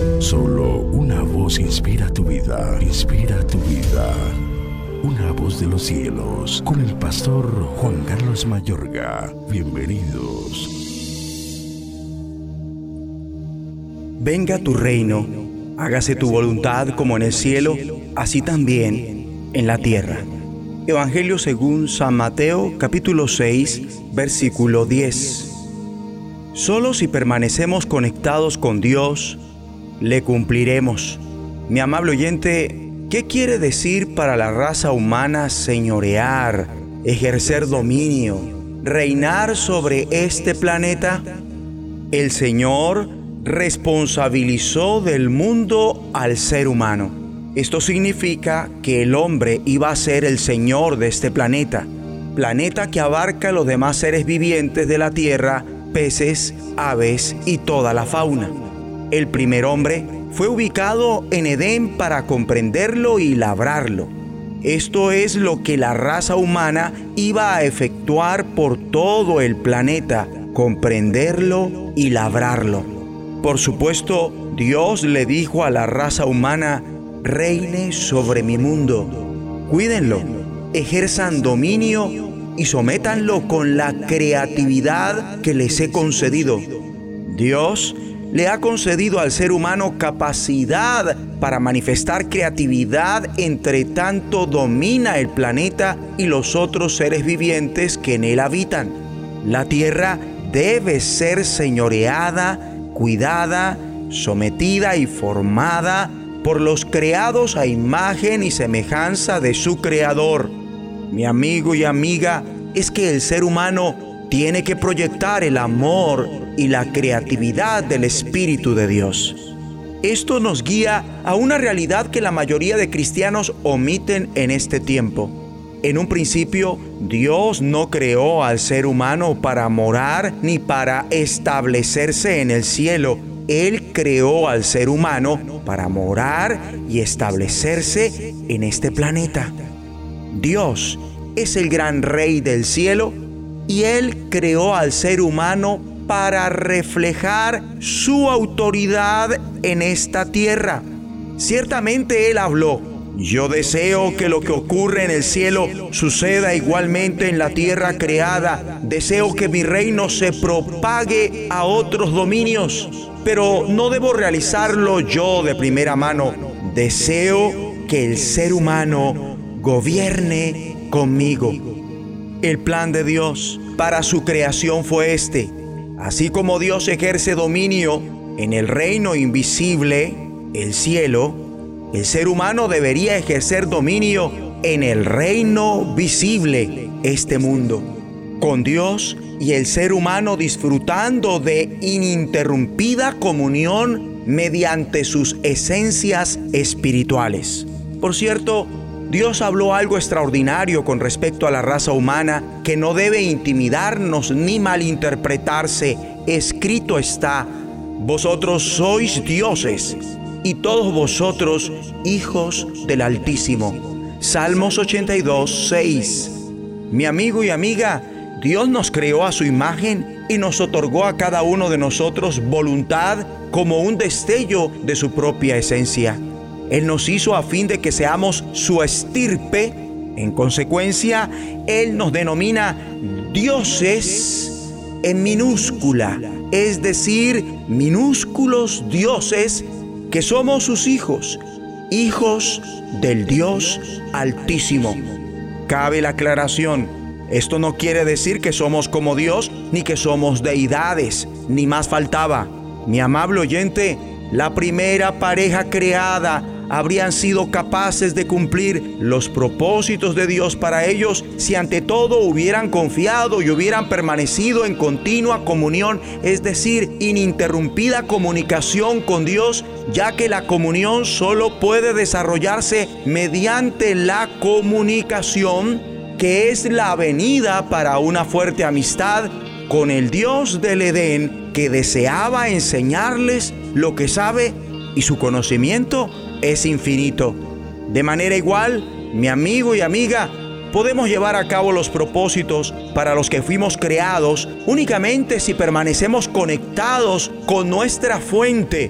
Solo una voz inspira tu vida, inspira tu vida. Una voz de los cielos, con el pastor Juan Carlos Mayorga. Bienvenidos. Venga tu reino, hágase tu voluntad como en el cielo, así también en la tierra. Evangelio según San Mateo, capítulo 6, versículo 10. Solo si permanecemos conectados con Dios, le cumpliremos. Mi amable oyente, ¿qué quiere decir para la raza humana señorear, ejercer dominio, reinar sobre este planeta? El Señor responsabilizó del mundo al ser humano. Esto significa que el hombre iba a ser el Señor de este planeta que abarca los demás seres vivientes de la tierra, peces, aves y toda la fauna. El primer hombre fue ubicado en Edén para comprenderlo y labrarlo. Esto es lo que la raza humana iba a efectuar por todo el planeta, comprenderlo y labrarlo. Por supuesto, Dios le dijo a la raza humana: reine sobre mi mundo, cuídenlo, ejerzan dominio y sométanlo con la creatividad que les he concedido. Dios le ha concedido al ser humano capacidad para manifestar creatividad, entre tanto domina el planeta y los otros seres vivientes que en él habitan. La tierra debe ser señoreada, cuidada, sometida y formada por los creados a imagen y semejanza de su Creador. Mi amigo y amiga, es que el ser humano tiene que proyectar el amor y la creatividad del Espíritu de Dios. Esto nos guía a una realidad que la mayoría de cristianos omiten en este tiempo. En un principio, Dios no creó al ser humano para morar ni para establecerse en el cielo. Él creó al ser humano para morar y establecerse en este planeta. Dios es el gran Rey del cielo y Él creó al ser humano para reflejar su autoridad en esta tierra. Ciertamente Él habló: yo deseo que lo que ocurre en el cielo suceda igualmente en la tierra creada. Deseo que mi reino se propague a otros dominios, pero no debo realizarlo yo de primera mano. Deseo que el ser humano gobierne conmigo. El plan de Dios para su creación fue este: así como Dios ejerce dominio en el reino invisible, el cielo, el ser humano debería ejercer dominio en el reino visible, este mundo, con Dios y el ser humano disfrutando de ininterrumpida comunión mediante sus esencias espirituales. Por cierto, Dios habló algo extraordinario con respecto a la raza humana que no debe intimidarnos ni malinterpretarse. Escrito está: vosotros sois dioses y todos vosotros hijos del Altísimo. Salmos 82, 6. Mi amigo y amiga, Dios nos creó a su imagen y nos otorgó a cada uno de nosotros voluntad como un destello de su propia esencia. Él nos hizo a fin de que seamos su estirpe. En consecuencia, Él nos denomina dioses en minúscula, es decir, minúsculos dioses, que somos sus hijos, hijos del Dios Altísimo. Cabe la aclaración: esto no quiere decir que somos como Dios, ni que somos deidades, ni más faltaba. Mi amable oyente, la primera pareja creada habrían sido capaces de cumplir los propósitos de Dios para ellos si ante todo hubieran confiado y hubieran permanecido en continua comunión, es decir, ininterrumpida comunicación con Dios, ya que la comunión solo puede desarrollarse mediante la comunicación, que es la avenida para una fuerte amistad con el Dios del Edén, que deseaba enseñarles lo que sabe, y su conocimiento es infinito. De manera igual, mi amigo y amiga, podemos llevar a cabo los propósitos para los que fuimos creados únicamente si permanecemos conectados con nuestra fuente,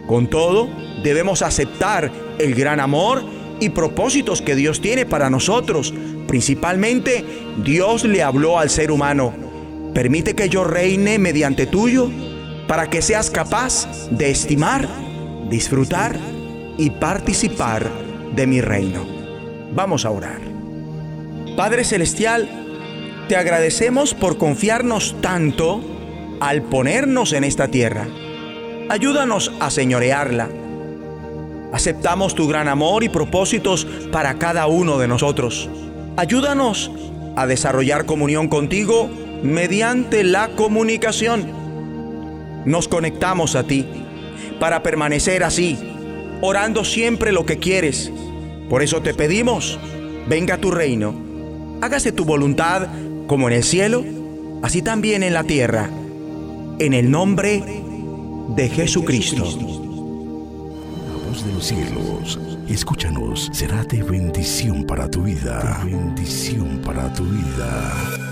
Con todo, debemos aceptar el gran amor y propósitos que Dios tiene para nosotros. Principalmente, Dios le habló al ser humano: permite que yo reine mediante tuyo, para que seas capaz de estimar, disfrutar y participar de mi reino. Vamos a orar. Padre Celestial, te agradecemos por confiarnos tanto al ponernos en esta tierra. Ayúdanos a señorearla. Aceptamos tu gran amor y propósitos para cada uno de nosotros. Ayúdanos a desarrollar comunión contigo mediante la comunicación. Nos conectamos a ti para permanecer así, orando siempre lo que quieres. Por eso te pedimos: venga a tu reino, hágase tu voluntad como en el cielo, así también en la tierra. En el nombre de Jesucristo. La voz de los cielos, escúchanos, será de bendición para tu vida. De bendición para tu vida.